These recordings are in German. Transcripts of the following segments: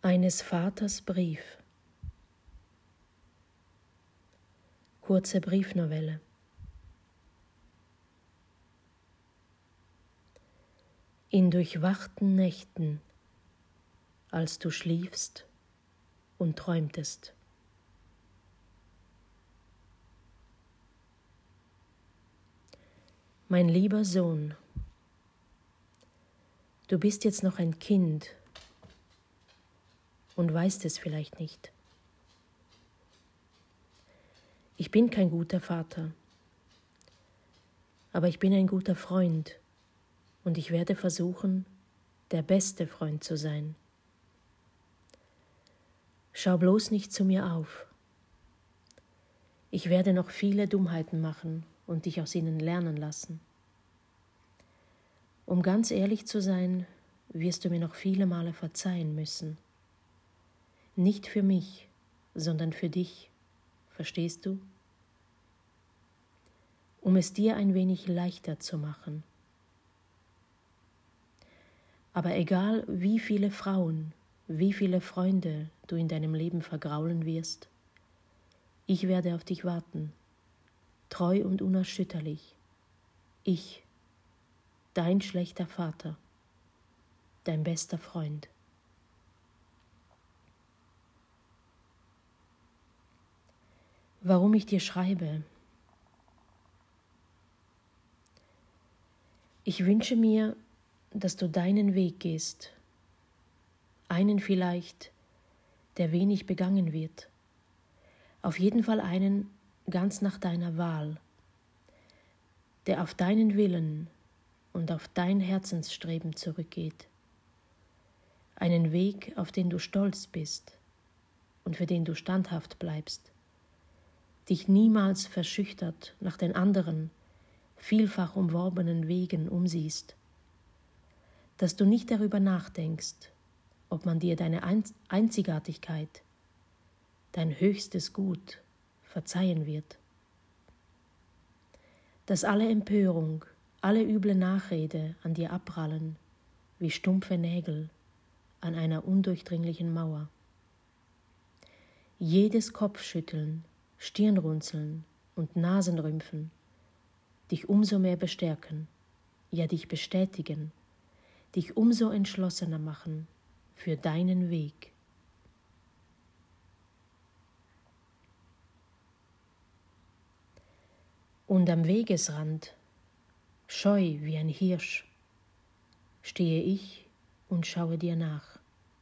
Eines Vaters Brief. Kurze Briefnovelle. In durchwachten Nächten, als du schliefst und träumtest. Mein lieber Sohn, du bist jetzt noch ein Kind und weißt es vielleicht nicht. Ich bin kein guter Vater, aber ich bin ein guter Freund und ich werde versuchen, der beste Freund zu sein. Schau bloß nicht zu mir auf. Ich werde noch viele Dummheiten machen und dich aus ihnen lernen lassen. Um ganz ehrlich zu sein, wirst du mir noch viele Male verzeihen müssen. Nicht für mich, sondern für dich, verstehst du? Um es dir ein wenig leichter zu machen. Aber egal, wie viele Frauen, wie viele Freunde du in deinem Leben vergraulen wirst, ich werde auf dich warten, treu und unerschütterlich. Ich, dein schlechter Vater, dein bester Freund. Warum ich dir schreibe? Ich wünsche mir, dass du deinen Weg gehst, einen vielleicht, der wenig begangen wird, auf jeden Fall einen ganz nach deiner Wahl, der auf deinen Willen und auf dein Herzensstreben zurückgeht, einen Weg, auf den du stolz bist und für den du standhaft bleibst, dich niemals verschüchtert nach den anderen, vielfach umworbenen Wegen umsiehst, dass du nicht darüber nachdenkst, ob man dir deine Einzigartigkeit, dein höchstes Gut verzeihen wird, dass alle Empörung, alle üble Nachrede an dir abprallen, wie stumpfe Nägel an einer undurchdringlichen Mauer. Jedes Kopfschütteln, Stirnrunzeln und Nasenrümpfen dich umso mehr bestärken, ja dich bestätigen, dich umso entschlossener machen für deinen Weg. Und am Wegesrand, scheu wie ein Hirsch, stehe ich und schaue dir nach,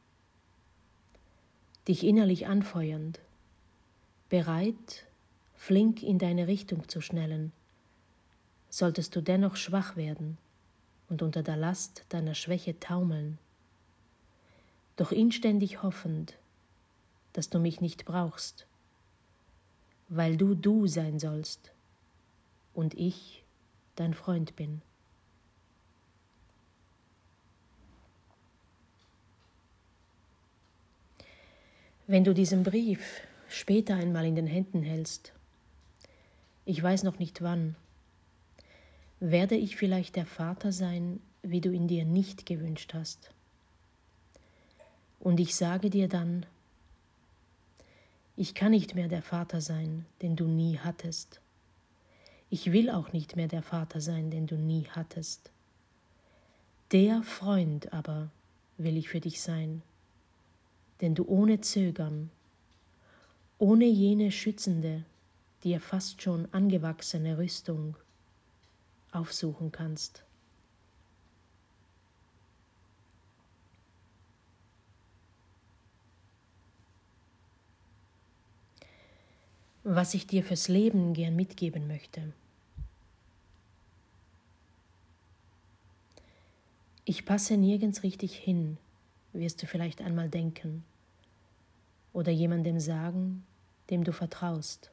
dich innerlich anfeuernd, bereit, flink in deine Richtung zu schnellen, solltest du dennoch schwach werden und unter der Last deiner Schwäche taumeln, doch inständig hoffend, dass du mich nicht brauchst, weil du sein sollst und ich dein Freund bin. Wenn du diesen Brief später einmal in den Händen hältst, ich weiß noch nicht wann, werde ich vielleicht der Vater sein, wie du ihn dir nicht gewünscht hast. Und ich sage dir dann, ich kann nicht mehr der Vater sein, den du nie hattest. Ich will auch nicht mehr der Vater sein, den du nie hattest. Der Freund aber will ich für dich sein, den du ohne Zögern, ohne jene schützende, dir fast schon angewachsene Rüstung aufsuchen kannst. Was ich dir fürs Leben gern mitgeben möchte. Ich passe nirgends richtig hin, wirst du vielleicht einmal denken, oder jemandem sagen, dem du vertraust.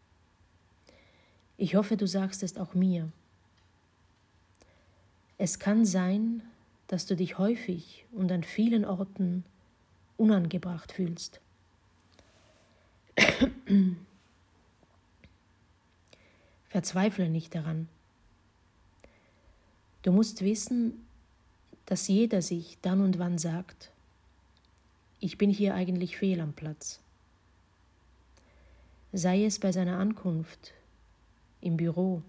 Ich hoffe, du sagst es auch mir. Es kann sein, dass du dich häufig und an vielen Orten unangebracht fühlst. Verzweifle nicht daran. Du musst wissen, dass jeder sich dann und wann sagt, ich bin hier eigentlich fehl am Platz. Sei es bei seiner Ankunft, im Büro,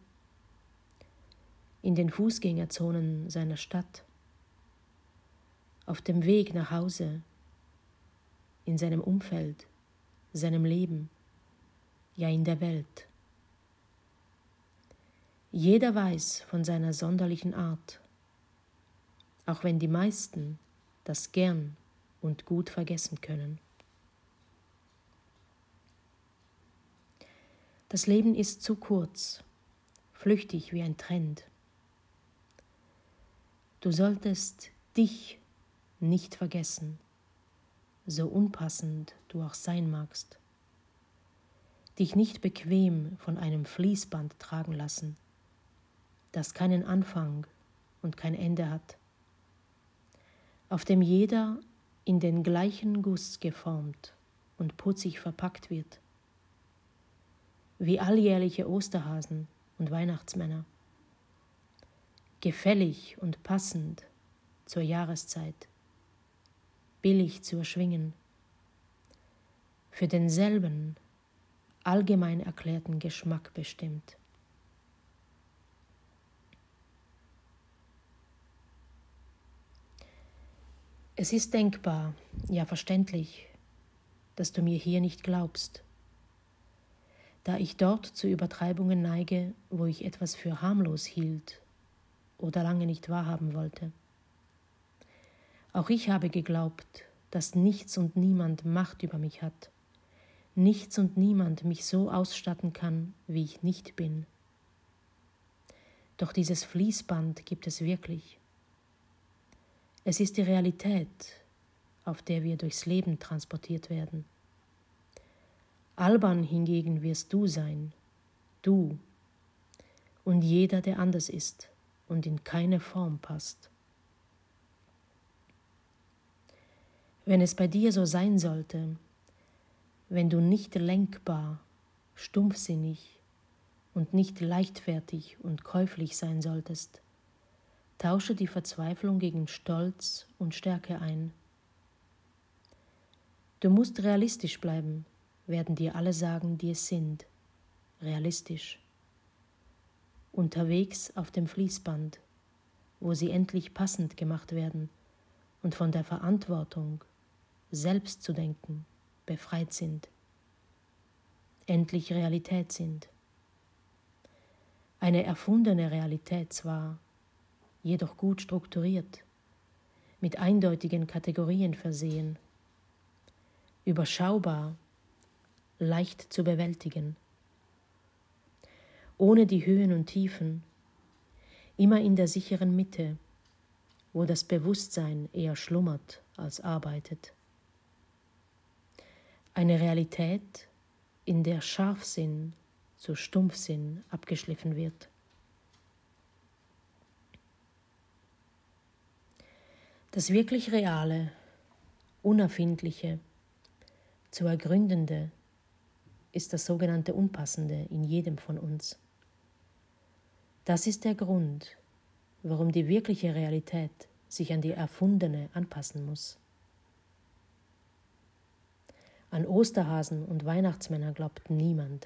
in den Fußgängerzonen seiner Stadt, auf dem Weg nach Hause, in seinem Umfeld, seinem Leben, ja in der Welt. Jeder weiß von seiner sonderlichen Art, auch wenn die meisten das gern und gut vergessen können. Das Leben ist zu kurz, flüchtig wie ein Trend. Du solltest dich nicht vergessen, so unpassend du auch sein magst. Dich nicht bequem von einem Fließband tragen lassen, das keinen Anfang und kein Ende hat, auf dem jeder in den gleichen Guss geformt und putzig verpackt wird, wie alljährliche Osterhasen und Weihnachtsmänner, gefällig und passend zur Jahreszeit, billig zu erschwingen, für denselben allgemein erklärten Geschmack bestimmt. Es ist denkbar, ja verständlich, dass du mir hier nicht glaubst, da ich dort zu Übertreibungen neige, wo ich etwas für harmlos hielt oder lange nicht wahrhaben wollte. Auch ich habe geglaubt, dass nichts und niemand Macht über mich hat, nichts und niemand mich so ausstatten kann, wie ich nicht bin. Doch dieses Fließband gibt es wirklich. Es ist die Realität, auf der wir durchs Leben transportiert werden. Albern hingegen wirst du sein, du und jeder, der anders ist und in keine Form passt. Wenn es bei dir so sein sollte, wenn du nicht lenkbar, stumpfsinnig und nicht leichtfertig und käuflich sein solltest, tausche die Verzweiflung gegen Stolz und Stärke ein. Du musst realistisch bleiben, werden dir alle sagen, die es sind. Realistisch. Unterwegs auf dem Fließband, wo sie endlich passend gemacht werden und von der Verantwortung, selbst zu denken, befreit sind. Endlich Realität sind. Eine erfundene Realität zwar, jedoch gut strukturiert, mit eindeutigen Kategorien versehen, überschaubar, leicht zu bewältigen, ohne die Höhen und Tiefen, immer in der sicheren Mitte, wo das Bewusstsein eher schlummert als arbeitet. Eine Realität, in der Scharfsinn zu Stumpfsinn abgeschliffen wird. Das wirklich Reale, Unerfindliche, zu Ergründende ist das sogenannte Unpassende in jedem von uns. Das ist der Grund, warum die wirkliche Realität sich an die erfundene anpassen muss. An Osterhasen und Weihnachtsmänner glaubt niemand.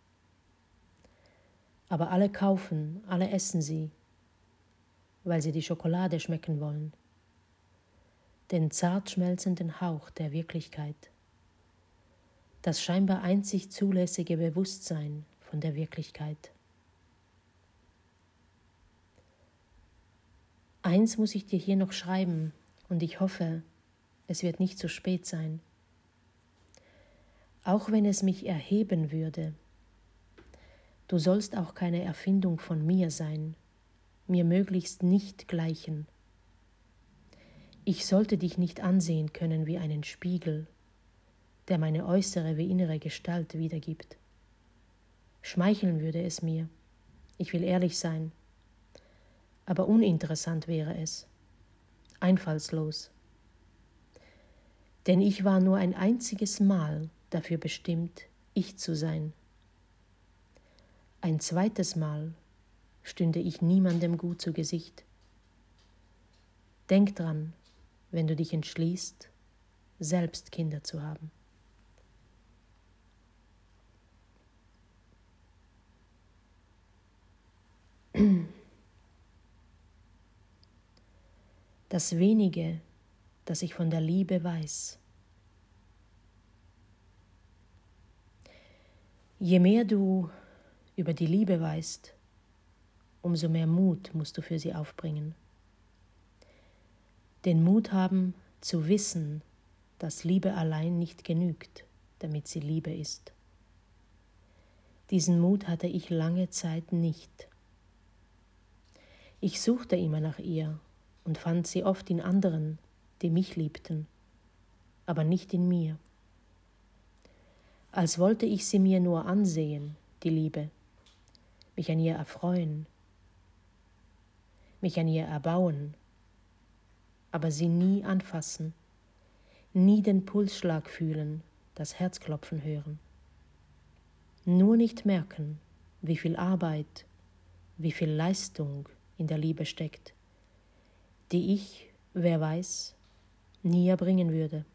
Aber alle kaufen, alle essen sie, weil sie die Schokolade schmecken wollen, den zart schmelzenden Hauch der Wirklichkeit, das scheinbar einzig zulässige Bewusstsein von der Wirklichkeit. Eins muss ich dir hier noch schreiben, und ich hoffe, es wird nicht zu spät sein. Auch wenn es mich erheben würde, du sollst auch keine Erfindung von mir sein, mir möglichst nicht gleichen. Ich sollte dich nicht ansehen können wie einen Spiegel, der meine äußere wie innere Gestalt wiedergibt. Schmeicheln würde es mir, ich will ehrlich sein, aber uninteressant wäre es, einfallslos. Denn ich war nur ein einziges Mal dafür bestimmt, ich zu sein. Ein zweites Mal stünde ich niemandem gut zu Gesicht. Denk dran, wenn du dich entschließt, selbst Kinder zu haben. Das wenige, das ich von der Liebe weiß. Je mehr du über die Liebe weißt, umso mehr Mut musst du für sie aufbringen. Den Mut haben, zu wissen, dass Liebe allein nicht genügt, damit sie Liebe ist. Diesen Mut hatte ich lange Zeit nicht. Ich suchte immer nach ihr und fand sie oft in anderen, die mich liebten, aber nicht in mir. Als wollte ich sie mir nur ansehen, die Liebe, mich an ihr erfreuen, mich an ihr erbauen, aber sie nie anfassen, nie den Pulsschlag fühlen, das Herzklopfen hören. Nur nicht merken, wie viel Arbeit, wie viel Leistung in der Liebe steckt, die ich, wer weiß, nie erbringen würde.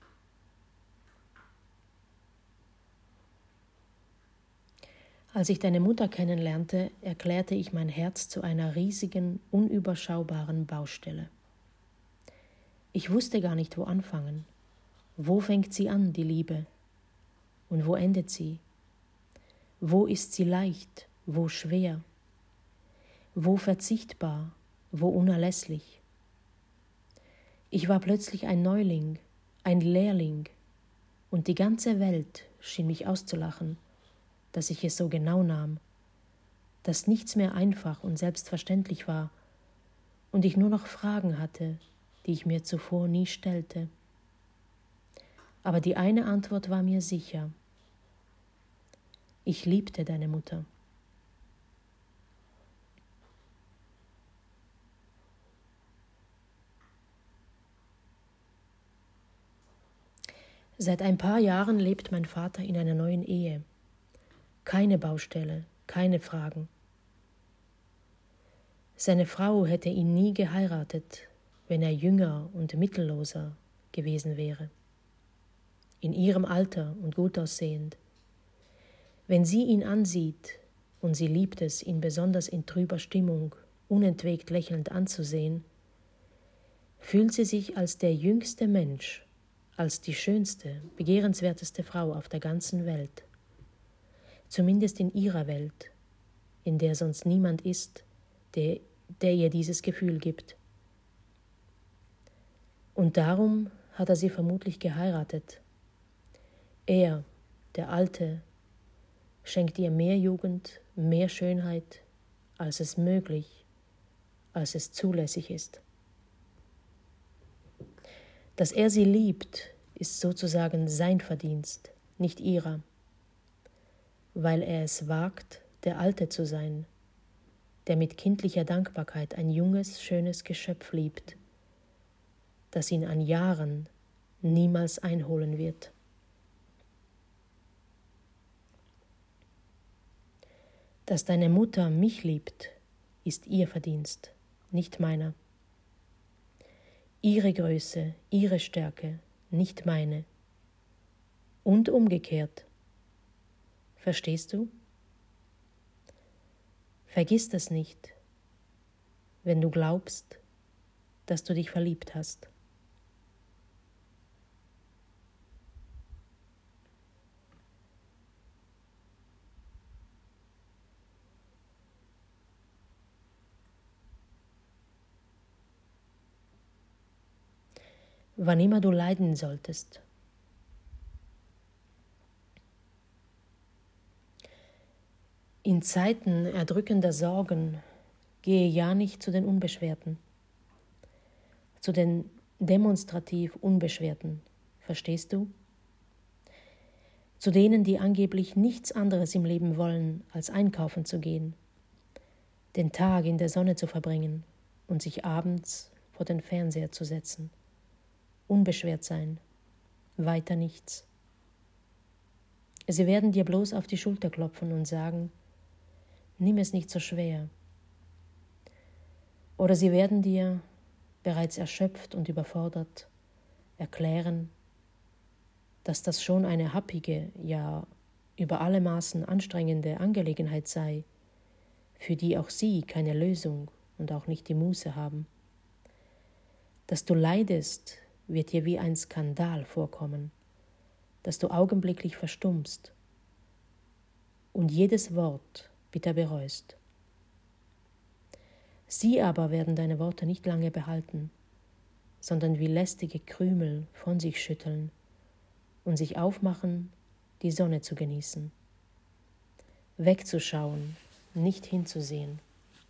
Als ich deine Mutter kennenlernte, erklärte ich mein Herz zu einer riesigen, unüberschaubaren Baustelle. Ich wusste gar nicht, wo anfangen. Wo fängt sie an, die Liebe? Und wo endet sie? Wo ist sie leicht, wo schwer? Wo verzichtbar, wo unerlässlich? Ich war plötzlich ein Neuling, ein Lehrling, und die ganze Welt schien mich auszulachen, dass ich es so genau nahm, dass nichts mehr einfach und selbstverständlich war und ich nur noch Fragen hatte, die ich mir zuvor nie stellte. Aber die eine Antwort war mir sicher: Ich liebte deine Mutter. Seit ein paar Jahren lebt mein Vater in einer neuen Ehe. Keine Baustelle, keine Fragen. Seine Frau hätte ihn nie geheiratet, wenn er jünger und mittelloser gewesen wäre. In ihrem Alter und gut aussehend. Wenn sie ihn ansieht, und sie liebt es, ihn besonders in trüber Stimmung unentwegt lächelnd anzusehen, fühlt sie sich als der jüngste Mensch, als die schönste, begehrenswerteste Frau auf der ganzen Welt. Zumindest in ihrer Welt, in der sonst niemand ist, der ihr dieses Gefühl gibt. Und darum hat er sie vermutlich geheiratet. Er, der Alte, schenkt ihr mehr Jugend, mehr Schönheit, als es möglich, als es zulässig ist. Dass er sie liebt, ist sozusagen sein Verdienst, nicht ihrer, weil er es wagt, der Alte zu sein, der mit kindlicher Dankbarkeit ein junges, schönes Geschöpf liebt, das ihn an Jahren niemals einholen wird. Dass deine Mutter mich liebt, ist ihr Verdienst, nicht meiner. Ihre Größe, ihre Stärke, nicht meine. Und umgekehrt. Verstehst du? Vergiss das nicht, wenn du glaubst, dass du dich verliebt hast. Wann immer du leiden solltest. In Zeiten erdrückender Sorgen gehe ja nicht zu den Unbeschwerten, zu den demonstrativ Unbeschwerten, verstehst du? Zu denen, die angeblich nichts anderes im Leben wollen, als einkaufen zu gehen, den Tag in der Sonne zu verbringen und sich abends vor den Fernseher zu setzen. Unbeschwert sein, weiter nichts. Sie werden dir bloß auf die Schulter klopfen und sagen: Nimm es nicht so schwer. Oder sie werden dir, bereits erschöpft und überfordert, erklären, dass das schon eine happige, ja über alle Maßen anstrengende Angelegenheit sei, für die auch sie keine Lösung und auch nicht die Muße haben. Dass du leidest, wird dir wie ein Skandal vorkommen, dass du augenblicklich verstummst und jedes Wort bitter bereust. Sie aber werden deine Worte nicht lange behalten, sondern wie lästige Krümel von sich schütteln und sich aufmachen, die Sonne zu genießen. Wegzuschauen, nicht hinzusehen.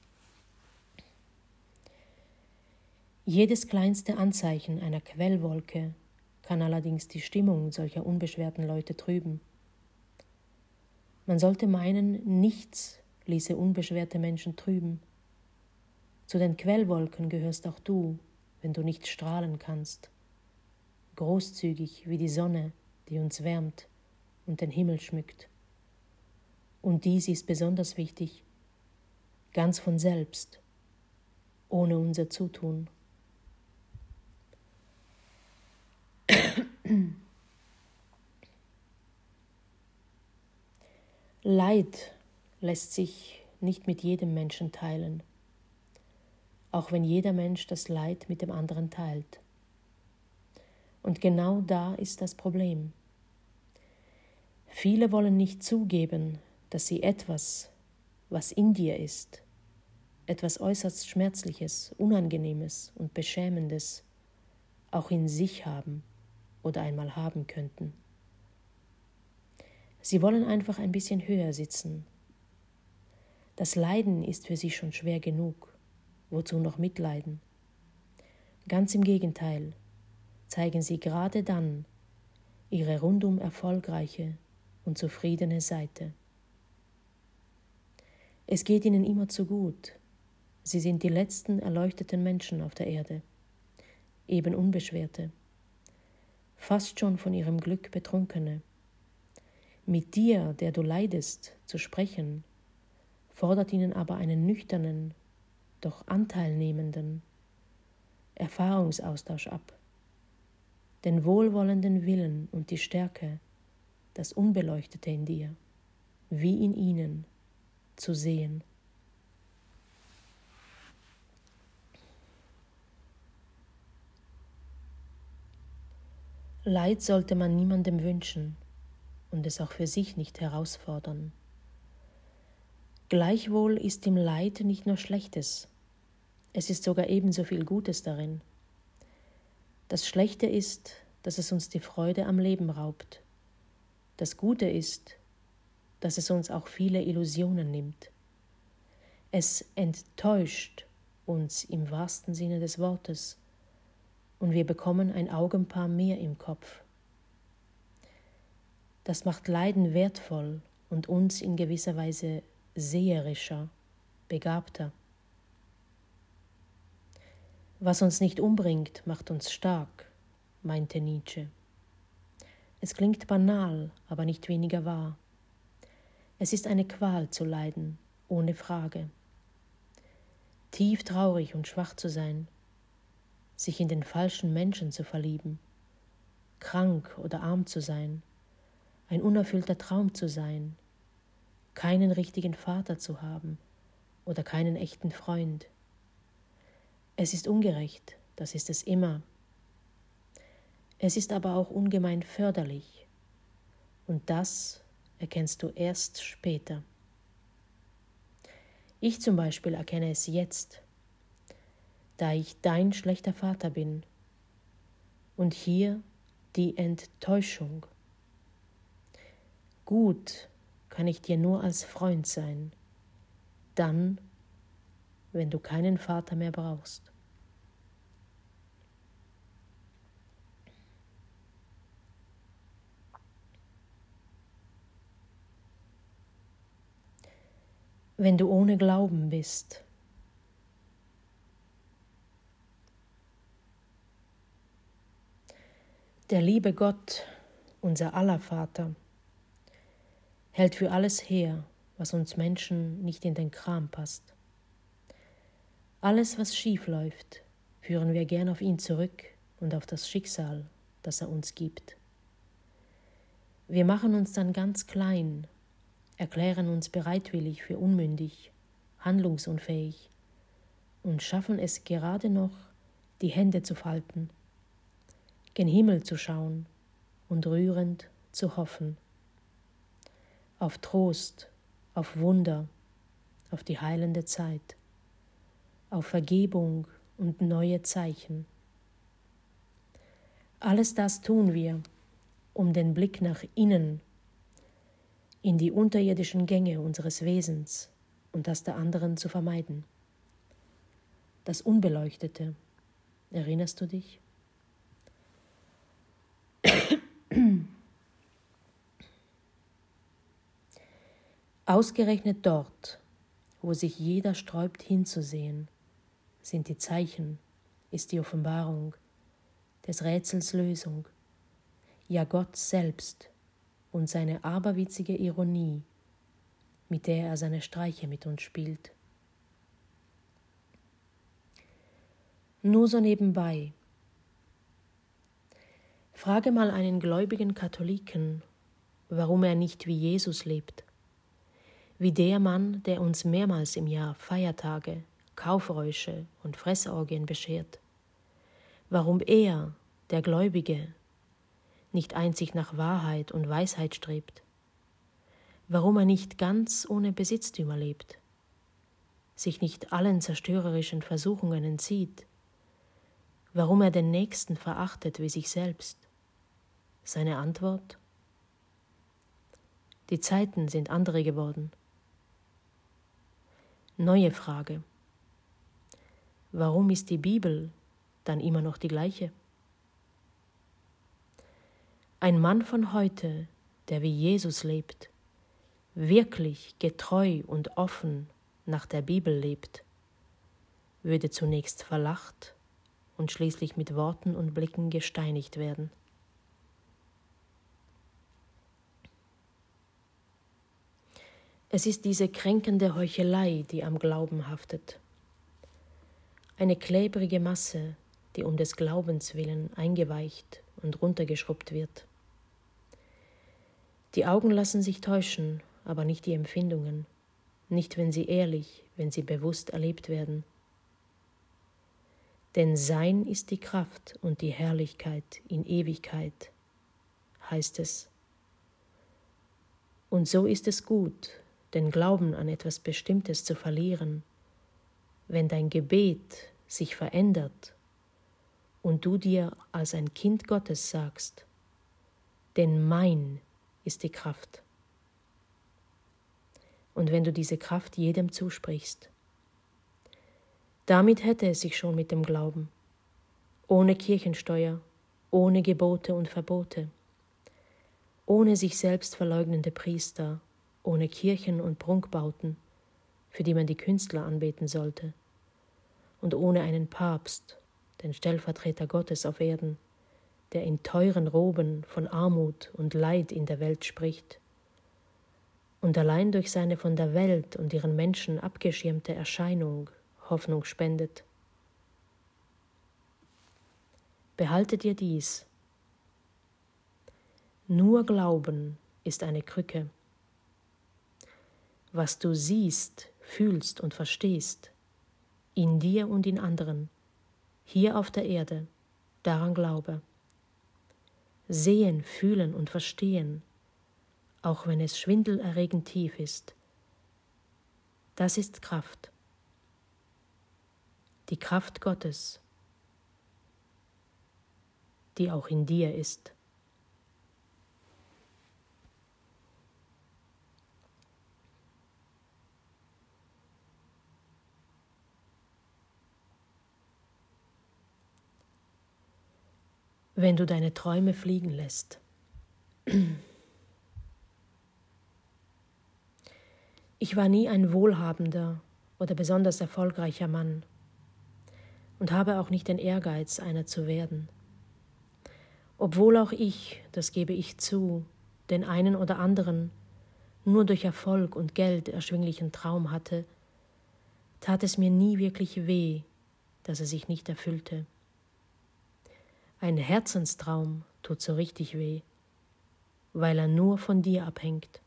Jedes kleinste Anzeichen einer Quellwolke kann allerdings die Stimmung solcher unbeschwerten Leute trüben. Man sollte meinen, nichts ließe unbeschwerte Menschen trüben. Zu den Quellwolken gehörst auch du, wenn du nicht strahlen kannst. Großzügig wie die Sonne, die uns wärmt und den Himmel schmückt. Und dies ist besonders wichtig, ganz von selbst, ohne unser Zutun. Leid lässt sich nicht mit jedem Menschen teilen, auch wenn jeder Mensch das Leid mit dem anderen teilt. Und genau da ist das Problem. Viele wollen nicht zugeben, dass sie etwas, was in dir ist, etwas äußerst Schmerzliches, Unangenehmes und Beschämendes, auch in sich haben oder einmal haben könnten. Sie wollen einfach ein bisschen höher sitzen. Das Leiden ist für sie schon schwer genug. Wozu noch mitleiden? Ganz im Gegenteil, zeigen sie gerade dann ihre rundum erfolgreiche und zufriedene Seite. Es geht ihnen immer zu gut. Sie sind die letzten erleuchteten Menschen auf der Erde, eben Unbeschwerte, fast schon von ihrem Glück Betrunkene. Mit dir, der du leidest, zu sprechen, fordert ihnen aber einen nüchternen, doch anteilnehmenden Erfahrungsaustausch ab, den wohlwollenden Willen und die Stärke, das Unbeleuchtete in dir, wie in ihnen, zu sehen. Leid sollte man niemandem wünschen und es auch für sich nicht herausfordern. Gleichwohl ist im Leid nicht nur Schlechtes, es ist sogar ebenso viel Gutes darin. Das Schlechte ist, dass es uns die Freude am Leben raubt. Das Gute ist, dass es uns auch viele Illusionen nimmt. Es enttäuscht uns im wahrsten Sinne des Wortes und wir bekommen ein Augenpaar mehr im Kopf. Das macht Leiden wertvoll und uns in gewisser Weise seherischer, begabter. Was uns nicht umbringt, macht uns stark, meinte Nietzsche. Es klingt banal, aber nicht weniger wahr. Es ist eine Qual zu leiden, ohne Frage. Tief traurig und schwach zu sein, sich in den falschen Menschen zu verlieben, krank oder arm zu sein, ein unerfüllter Traum zu sein, keinen richtigen Vater zu haben oder keinen echten Freund. Es ist ungerecht, das ist es immer. Es ist aber auch ungemein förderlich und das erkennst du erst später. Ich zum Beispiel erkenne es jetzt, da ich dein schlechter Vater bin und hier die Enttäuschung. Gut kann ich dir nur als Freund sein, dann, wenn du keinen Vater mehr brauchst. Wenn du ohne Glauben bist. Der liebe Gott, unser aller Vater, hält für alles her, was uns Menschen nicht in den Kram passt. Alles, was schief läuft, führen wir gern auf ihn zurück und auf das Schicksal, das er uns gibt. Wir machen uns dann ganz klein, erklären uns bereitwillig für unmündig, handlungsunfähig und schaffen es gerade noch, die Hände zu falten, gen Himmel zu schauen und rührend zu hoffen. Auf Trost, auf Wunder, auf die heilende Zeit, auf Vergebung und neue Zeichen. Alles das tun wir, um den Blick nach innen, in die unterirdischen Gänge unseres Wesens und das der anderen zu vermeiden. Das Unbeleuchtete, erinnerst du dich? Ausgerechnet dort, wo sich jeder sträubt hinzusehen, sind die Zeichen, ist die Offenbarung, des Rätsels Lösung, ja Gott selbst und seine aberwitzige Ironie, mit der er seine Streiche mit uns spielt. Nur so nebenbei. Frage mal einen gläubigen Katholiken, warum er nicht wie Jesus lebt, wie der Mann, der uns mehrmals im Jahr Feiertage, Kaufräusche und Fressorgien beschert, warum er, der Gläubige, nicht einzig nach Wahrheit und Weisheit strebt, warum er nicht ganz ohne Besitztümer lebt, sich nicht allen zerstörerischen Versuchungen entzieht, warum er den Nächsten verachtet wie sich selbst. Seine Antwort? Die Zeiten sind andere geworden. Neue Frage. Warum ist die Bibel dann immer noch die gleiche? Ein Mann von heute, der wie Jesus lebt, wirklich getreu und offen nach der Bibel lebt, würde zunächst verlacht und schließlich mit Worten und Blicken gesteinigt werden. Es ist diese kränkende Heuchelei, die am Glauben haftet. Eine klebrige Masse, die um des Glaubens willen eingeweicht und runtergeschrubbt wird. Die Augen lassen sich täuschen, aber nicht die Empfindungen, nicht wenn sie ehrlich, wenn sie bewusst erlebt werden. Denn Sein ist die Kraft und die Herrlichkeit in Ewigkeit, heißt es. Und so ist es gut, den Glauben an etwas Bestimmtes zu verlieren, wenn dein Gebet sich verändert und du dir als ein Kind Gottes sagst, denn mein ist die Kraft. Und wenn du diese Kraft jedem zusprichst, damit hätte es sich schon mit dem Glauben, ohne Kirchensteuer, ohne Gebote und Verbote, ohne sich selbst verleugnende Priester, ohne Kirchen und Prunkbauten, für die man die Künstler anbeten sollte, und ohne einen Papst, den Stellvertreter Gottes auf Erden, der in teuren Roben von Armut und Leid in der Welt spricht, und allein durch seine von der Welt und ihren Menschen abgeschirmte Erscheinung Hoffnung spendet. Behalte dir dies. Nur Glauben ist eine Krücke. Was du siehst, fühlst und verstehst, in dir und in anderen, hier auf der Erde, daran glaube. Sehen, fühlen und verstehen, auch wenn es schwindelerregend tief ist, das ist Kraft. Die Kraft Gottes, die auch in dir ist. Wenn du deine Träume fliegen lässt. Ich war nie ein wohlhabender oder besonders erfolgreicher Mann und habe auch nicht den Ehrgeiz, einer zu werden. Obwohl auch ich, das gebe ich zu, den einen oder anderen nur durch Erfolg und Geld erschwinglichen Traum hatte, tat es mir nie wirklich weh, dass er sich nicht erfüllte. Ein Herzenstraum tut so richtig weh, weil er nur von dir abhängt.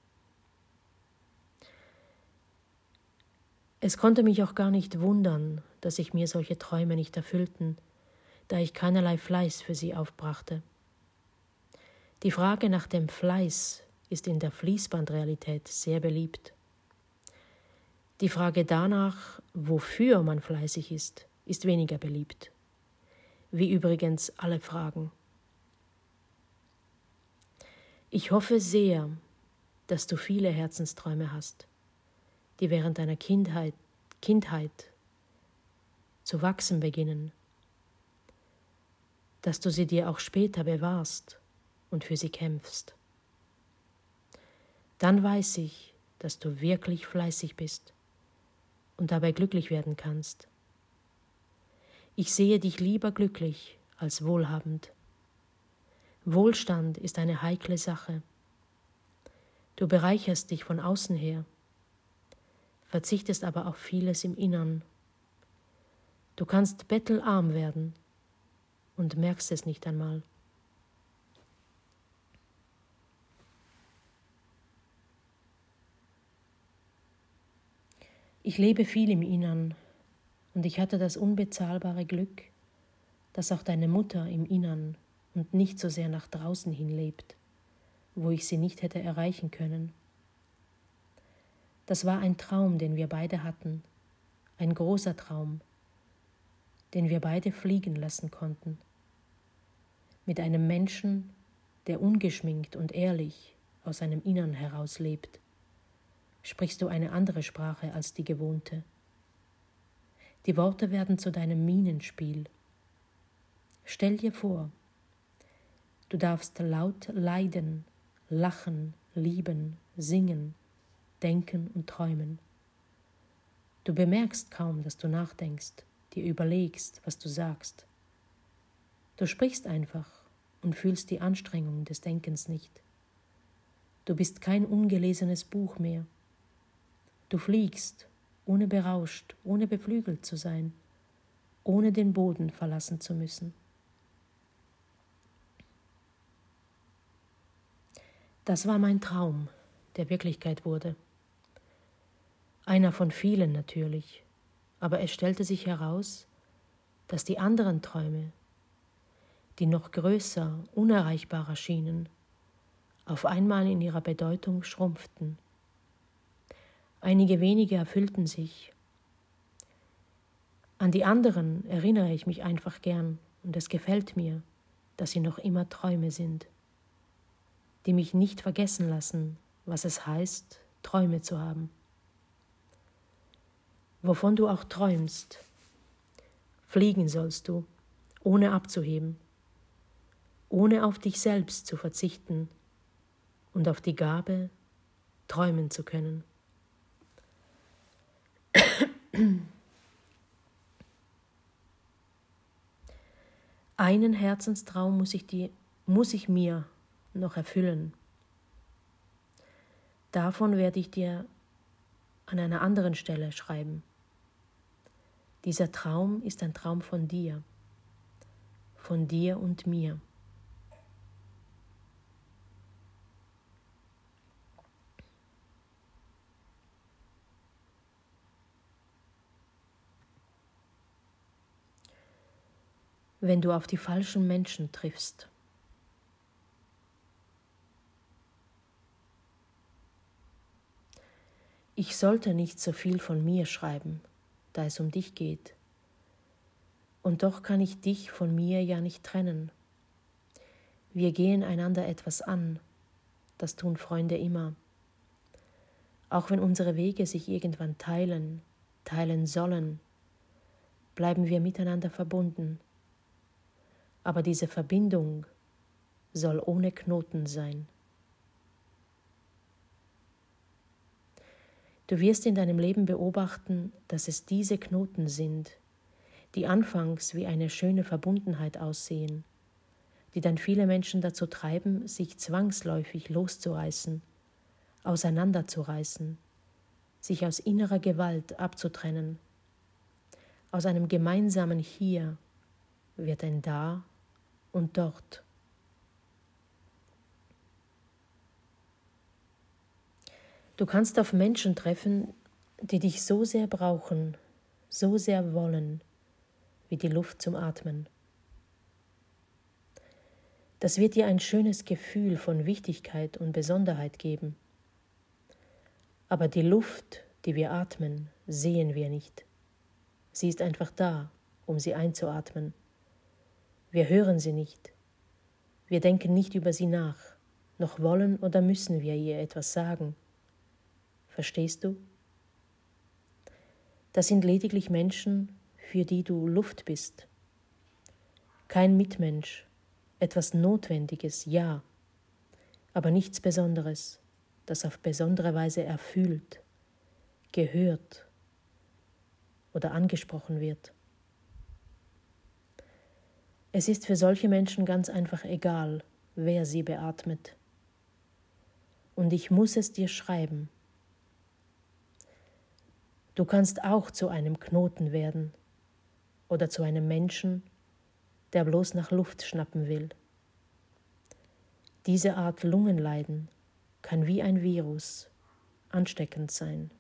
Es konnte mich auch gar nicht wundern, dass sich mir solche Träume nicht erfüllten, da ich keinerlei Fleiß für sie aufbrachte. Die Frage nach dem Fleiß ist in der Fließbandrealität sehr beliebt. Die Frage danach, wofür man fleißig ist weniger beliebt. Wie übrigens alle Fragen. Ich hoffe sehr, dass du viele Herzensträume hast, die während deiner Kindheit zu wachsen beginnen, dass du sie dir auch später bewahrst und für sie kämpfst. Dann weiß ich, dass du wirklich fleißig bist und dabei glücklich werden kannst. Ich sehe dich lieber glücklich als wohlhabend. Wohlstand ist eine heikle Sache. Du bereicherst dich von außen her, verzichtest aber auf vieles im Innern. Du kannst bettelarm werden und merkst es nicht einmal. Ich lebe viel im Innern und ich hatte das unbezahlbare Glück, dass auch deine Mutter im Innern und nicht so sehr nach draußen hin lebt, wo ich sie nicht hätte erreichen können. Das war ein Traum, den wir beide hatten, ein großer Traum, den wir beide fliegen lassen konnten. Mit einem Menschen, der ungeschminkt und ehrlich aus seinem Innern heraus lebt, sprichst du eine andere Sprache als die gewohnte. Die Worte werden zu deinem Mienenspiel. Stell dir vor, du darfst laut leiden, lachen, lieben, singen, denken und träumen. Du bemerkst kaum, dass du nachdenkst, dir überlegst, was du sagst. Du sprichst einfach und fühlst die Anstrengung des Denkens nicht. Du bist kein ungelesenes Buch mehr. Du fliegst, ohne berauscht, ohne beflügelt zu sein, ohne den Boden verlassen zu müssen. Das war mein Traum, der Wirklichkeit wurde. Einer von vielen natürlich, aber es stellte sich heraus, dass die anderen Träume, die noch größer, unerreichbarer schienen, auf einmal in ihrer Bedeutung schrumpften. Einige wenige erfüllten sich. An die anderen erinnere ich mich einfach gern und es gefällt mir, dass sie noch immer Träume sind, die mich nicht vergessen lassen, was es heißt, Träume zu haben. Wovon du auch träumst, fliegen sollst du, ohne abzuheben, ohne auf dich selbst zu verzichten und auf die Gabe, träumen zu können. Einen Herzenstraum muss ich mir noch erfüllen. Davon werde ich dir an einer anderen Stelle schreiben. Dieser Traum ist ein Traum von dir und mir. Wenn du auf die falschen Menschen triffst. Ich sollte nicht so viel von mir schreiben, da es um dich geht. Und doch kann ich dich von mir ja nicht trennen. Wir gehen einander etwas an, das tun Freunde immer. Auch wenn unsere Wege sich irgendwann teilen sollen, bleiben wir miteinander verbunden. Aber diese Verbindung soll ohne Knoten sein. Du wirst in deinem Leben beobachten, dass es diese Knoten sind, die anfangs wie eine schöne Verbundenheit aussehen, die dann viele Menschen dazu treiben, sich zwangsläufig loszureißen, auseinanderzureißen, sich aus innerer Gewalt abzutrennen. Aus einem gemeinsamen Hier wird ein Da und Dort. Du kannst auf Menschen treffen, die dich so sehr brauchen, so sehr wollen, wie die Luft zum Atmen. Das wird dir ein schönes Gefühl von Wichtigkeit und Besonderheit geben. Aber die Luft, die wir atmen, sehen wir nicht. Sie ist einfach da, um sie einzuatmen. Wir hören sie nicht. Wir denken nicht über sie nach, noch wollen oder müssen wir ihr etwas sagen. Verstehst du? Das sind lediglich Menschen, für die du Luft bist. Kein Mitmensch, etwas Notwendiges, ja, aber nichts Besonderes, das auf besondere Weise erfühlt, gehört oder angesprochen wird. Es ist für solche Menschen ganz einfach egal, wer sie beatmet. Und ich muss es dir schreiben. Du kannst auch zu einem Knoten werden oder zu einem Menschen, der bloß nach Luft schnappen will. Diese Art Lungenleiden kann wie ein Virus ansteckend sein.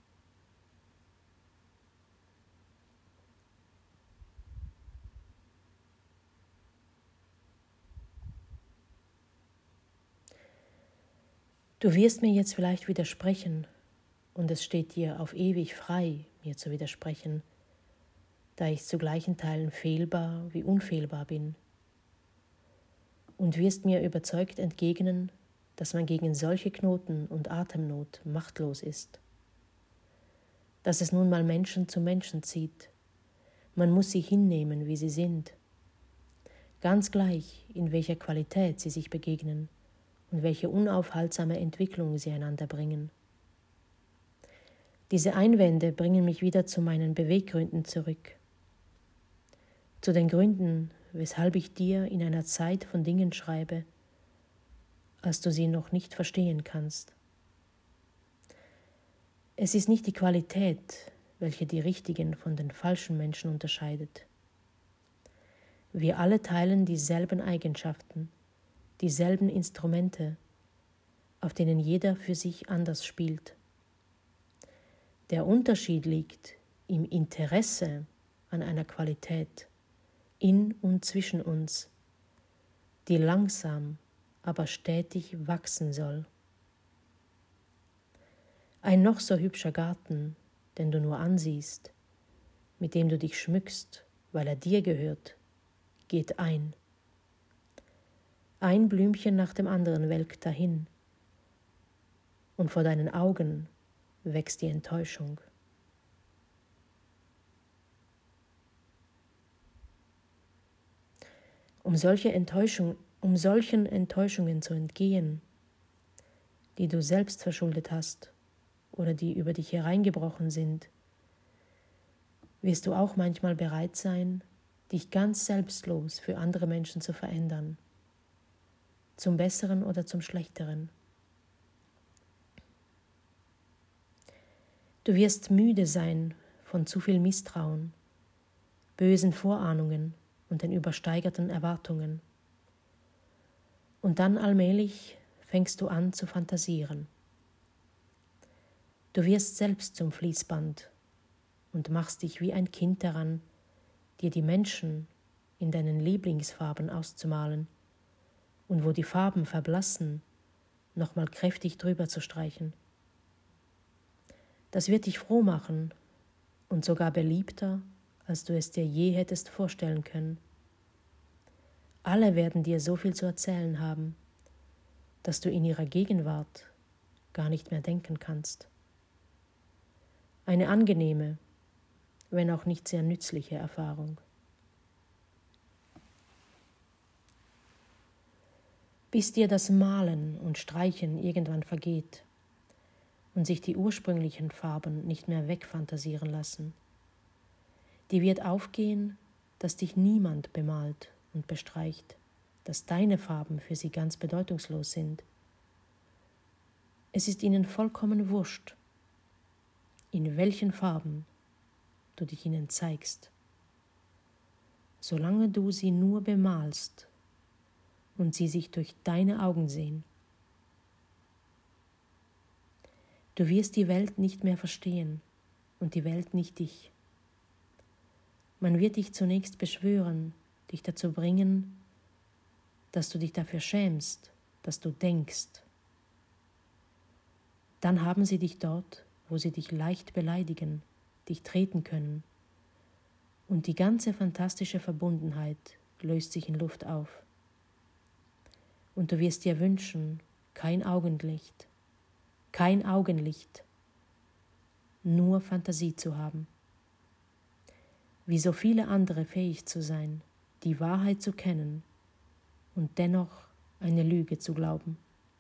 Du wirst mir jetzt vielleicht widersprechen, und es steht dir auf ewig frei, mir zu widersprechen, da ich zu gleichen Teilen fehlbar wie unfehlbar bin. Und wirst mir überzeugt entgegnen, dass man gegen solche Knoten und Atemnot machtlos ist. Dass es nun mal Menschen zu Menschen zieht. Man muss sie hinnehmen, wie sie sind. Ganz gleich, in welcher Qualität sie sich begegnen und welche unaufhaltsame Entwicklung sie einander bringen. Diese Einwände bringen mich wieder zu meinen Beweggründen zurück. Zu den Gründen, weshalb ich dir in einer Zeit von Dingen schreibe, als du sie noch nicht verstehen kannst. Es ist nicht die Qualität, welche die richtigen von den falschen Menschen unterscheidet. Wir alle teilen dieselben Eigenschaften, dieselben Instrumente, auf denen jeder für sich anders spielt. Der Unterschied liegt im Interesse an einer Qualität in und zwischen uns, die langsam, aber stetig wachsen soll. Ein noch so hübscher Garten, den du nur ansiehst, mit dem du dich schmückst, weil er dir gehört, geht ein. Ein Blümchen nach dem anderen welkt dahin, und vor deinen Augen wächst die Enttäuschung. Um solchen Enttäuschungen zu entgehen, die du selbst verschuldet hast oder die über dich hereingebrochen sind, wirst du auch manchmal bereit sein, dich ganz selbstlos für andere Menschen zu verändern, zum Besseren oder zum Schlechteren. Du wirst müde sein von zu viel Misstrauen, bösen Vorahnungen und den übersteigerten Erwartungen. Und dann allmählich fängst du an zu fantasieren. Du wirst selbst zum Fließband und machst dich wie ein Kind daran, dir die Menschen in deinen Lieblingsfarben auszumalen und wo die Farben verblassen, nochmal kräftig drüber zu streichen. Das wird dich froh machen und sogar beliebter, als du es dir je hättest vorstellen können. Alle werden dir so viel zu erzählen haben, dass du in ihrer Gegenwart gar nicht mehr denken kannst. Eine angenehme, wenn auch nicht sehr nützliche Erfahrung. Bis dir das Malen und Streichen irgendwann vergeht und sich die ursprünglichen Farben nicht mehr wegfantasieren lassen. Die wird aufgehen, dass dich niemand bemalt und bestreicht, dass deine Farben für sie ganz bedeutungslos sind. Es ist ihnen vollkommen wurscht, in welchen Farben du dich ihnen zeigst, solange du sie nur bemalst und sie sich durch deine Augen sehen. Du wirst die Welt nicht mehr verstehen und die Welt nicht dich. Man wird dich zunächst beschwören, dich dazu bringen, dass du dich dafür schämst, dass du denkst. Dann haben sie dich dort, wo sie dich leicht beleidigen, dich treten können. Und die ganze fantastische Verbundenheit löst sich in Luft auf. Und du wirst dir wünschen, kein Augenlicht, nur Fantasie zu haben. Wie so viele andere fähig zu sein, die Wahrheit zu kennen und dennoch eine Lüge zu glauben.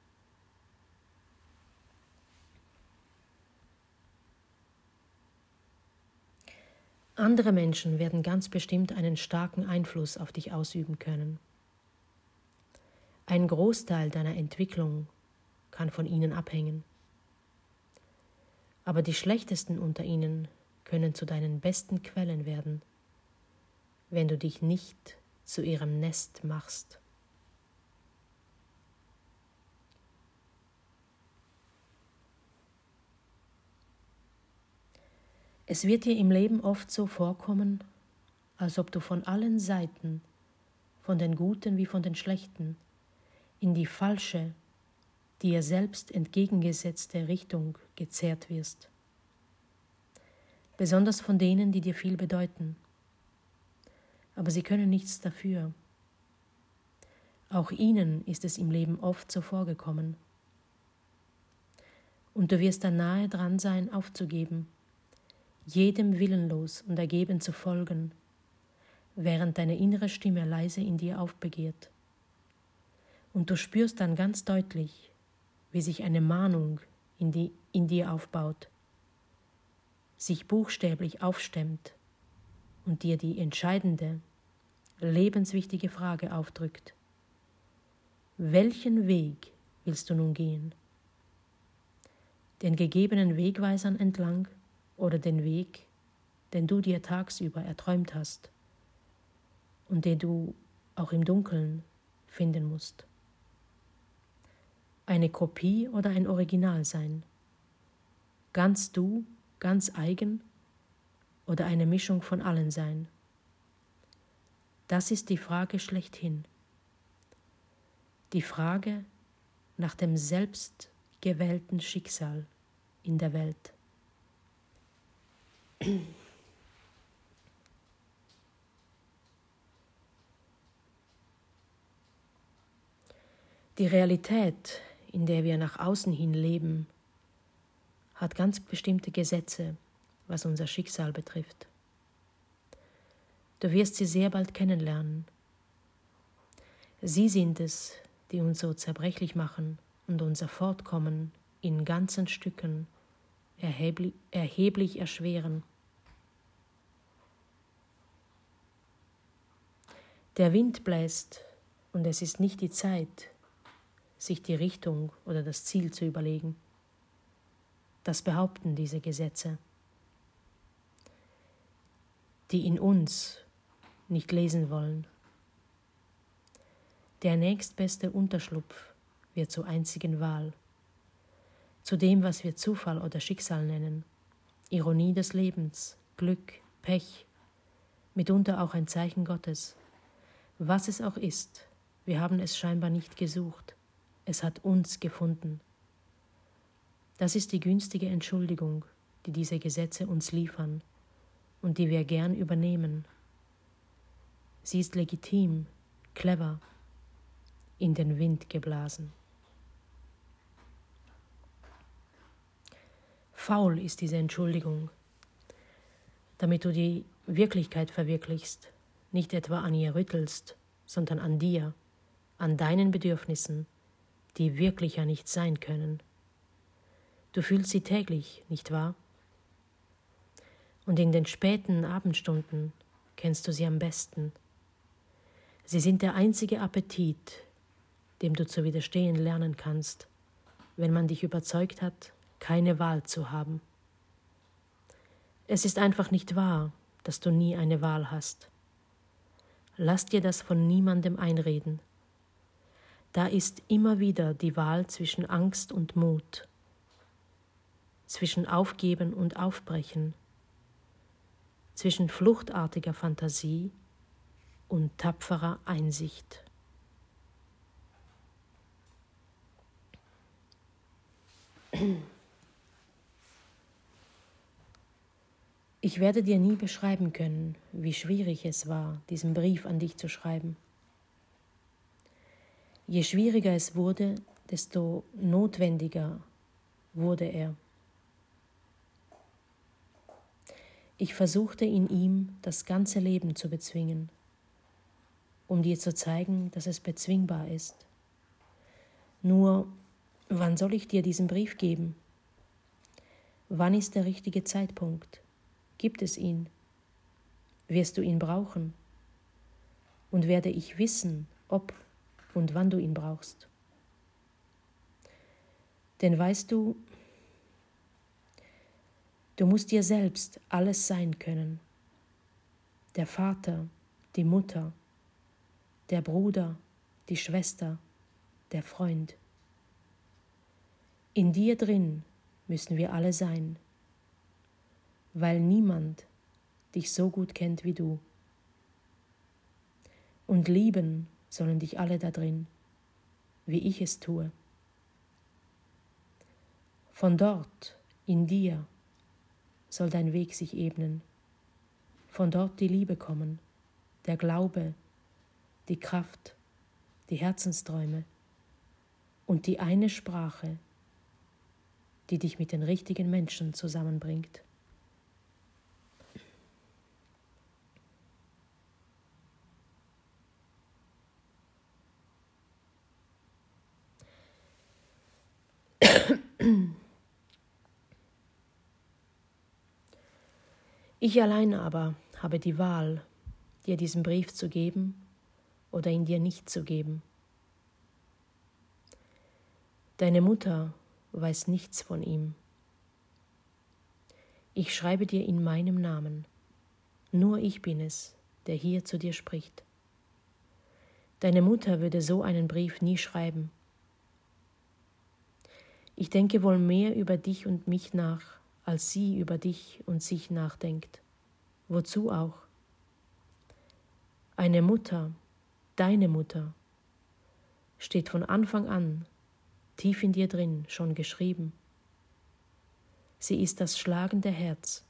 Andere Menschen werden ganz bestimmt einen starken Einfluss auf dich ausüben können. Ein Großteil deiner Entwicklung kann von ihnen abhängen. Aber die schlechtesten unter ihnen können zu deinen besten Quellen werden, wenn du dich nicht zu ihrem Nest machst. Es wird dir im Leben oft so vorkommen, als ob du von allen Seiten, von den Guten wie von den Schlechten, in die falsche, dir selbst entgegengesetzte Richtung gezerrt wirst. Besonders von denen, die dir viel bedeuten. Aber sie können nichts dafür. Auch ihnen ist es im Leben oft so vorgekommen. Und du wirst dann nahe dran sein, aufzugeben, jedem willenlos und ergeben zu folgen, während deine innere Stimme leise in dir aufbegehrt. Und du spürst dann ganz deutlich, wie sich eine Mahnung in dir aufbaut, sich buchstäblich aufstemmt und dir die entscheidende, lebenswichtige Frage aufdrückt: Welchen Weg willst du nun gehen? Den gegebenen Wegweisern entlang oder den Weg, den du dir tagsüber erträumt hast und den du auch im Dunkeln finden musst? Eine Kopie oder ein Original sein? Ganz du, ganz eigen oder eine Mischung von allen sein? Das ist die Frage schlechthin. Die Frage nach dem selbstgewählten Schicksal in der Welt. Die Realität, in der wir nach außen hin leben, hat ganz bestimmte Gesetze, was unser Schicksal betrifft. Du wirst sie sehr bald kennenlernen. Sie sind es, die uns so zerbrechlich machen und unser Fortkommen in ganzen Stücken erheblich erschweren. Der Wind bläst und es ist nicht die Zeit, sich die Richtung oder das Ziel zu überlegen. Das behaupten diese Gesetze, die in uns nicht lesen wollen. Der nächstbeste Unterschlupf wird zur einzigen Wahl, zu dem, was wir Zufall oder Schicksal nennen, Ironie des Lebens, Glück, Pech, mitunter auch ein Zeichen Gottes. Was es auch ist, wir haben es scheinbar nicht gesucht, es hat uns gefunden. Das ist die günstige Entschuldigung, die diese Gesetze uns liefern und die wir gern übernehmen. Sie ist legitim, clever, in den Wind geblasen. Faul ist diese Entschuldigung, damit du die Wirklichkeit verwirklichst, nicht etwa an ihr rüttelst, sondern an dir, an deinen Bedürfnissen, die wirklicher nicht sein können. Du fühlst sie täglich, nicht wahr? Und in den späten Abendstunden kennst du sie am besten. Sie sind der einzige Appetit, dem du zu widerstehen lernen kannst, wenn man dich überzeugt hat, keine Wahl zu haben. Es ist einfach nicht wahr, dass du nie eine Wahl hast. Lass dir das von niemandem einreden. Da ist immer wieder die Wahl zwischen Angst und Mut. zwischen Aufgeben und Aufbrechen, zwischen fluchtartiger Fantasie und tapferer Einsicht. Ich werde dir nie beschreiben können, wie schwierig es war, diesen Brief an dich zu schreiben. Je schwieriger es wurde, desto notwendiger wurde er. Ich versuchte in ihm das ganze Leben zu bezwingen, um dir zu zeigen, dass es bezwingbar ist. Nur, wann soll ich dir diesen Brief geben? Wann ist der richtige Zeitpunkt? Gibt es ihn? Wirst du ihn brauchen? Und werde ich wissen, ob und wann du ihn brauchst? Denn weißt du, du musst dir selbst alles sein können. Der Vater, die Mutter, der Bruder, die Schwester, der Freund. In dir drin müssen wir alle sein, weil niemand dich so gut kennt wie du. Und lieben sollen dich alle da drin, wie ich es tue. Von dort, in dir, soll dein Weg sich ebnen, von dort die Liebe kommen, der Glaube, die Kraft, die Herzensträume und die eine Sprache, die dich mit den richtigen Menschen zusammenbringt. Ich allein aber habe die Wahl, dir diesen Brief zu geben oder ihn dir nicht zu geben. Deine Mutter weiß nichts von ihm. Ich schreibe dir in meinem Namen. Nur ich bin es, der hier zu dir spricht. Deine Mutter würde so einen Brief nie schreiben. Ich denke wohl mehr über dich und mich nach, als sie über dich und sich nachdenkt. Wozu auch? Eine Mutter, deine Mutter, steht von Anfang an tief in dir drin schon geschrieben. Sie ist das schlagende Herz.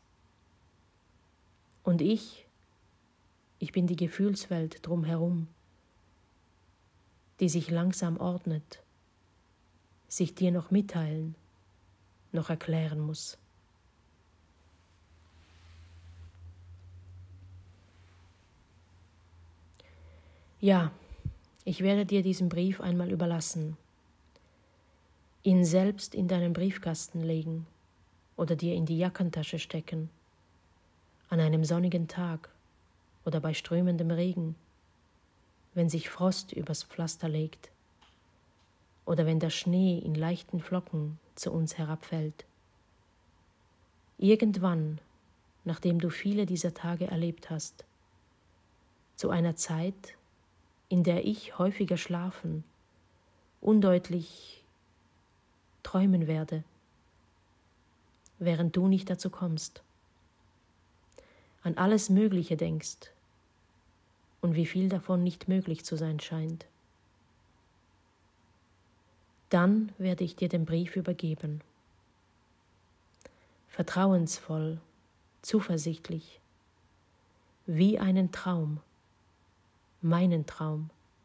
Und ich bin die Gefühlswelt drumherum, die sich langsam ordnet, sich dir noch mitteilen, noch erklären muss. Ja, ich werde dir diesen Brief einmal überlassen, ihn selbst in deinen Briefkasten legen oder dir in die Jackentasche stecken, an einem sonnigen Tag oder bei strömendem Regen, wenn sich Frost übers Pflaster legt oder wenn der Schnee in leichten Flocken zu uns herabfällt. Irgendwann, nachdem du viele dieser Tage erlebt hast, zu einer Zeit, in der ich häufiger schlafen, undeutlich träumen werde, während du nicht dazu kommst, an alles Mögliche denkst und wie viel davon nicht möglich zu sein scheint. Dann werde ich dir den Brief übergeben. Vertrauensvoll, zuversichtlich, wie einen Traum, meinen Traum,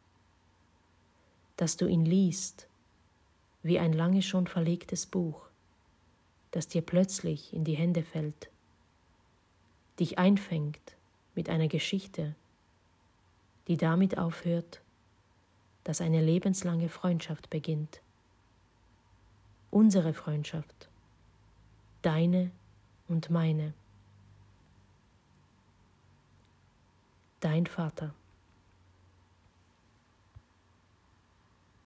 dass du ihn liest, wie ein lange schon verlegtes Buch, das dir plötzlich in die Hände fällt, dich einfängt mit einer Geschichte, die damit aufhört, dass eine lebenslange Freundschaft beginnt. Unsere Freundschaft, deine und meine. Dein Vater.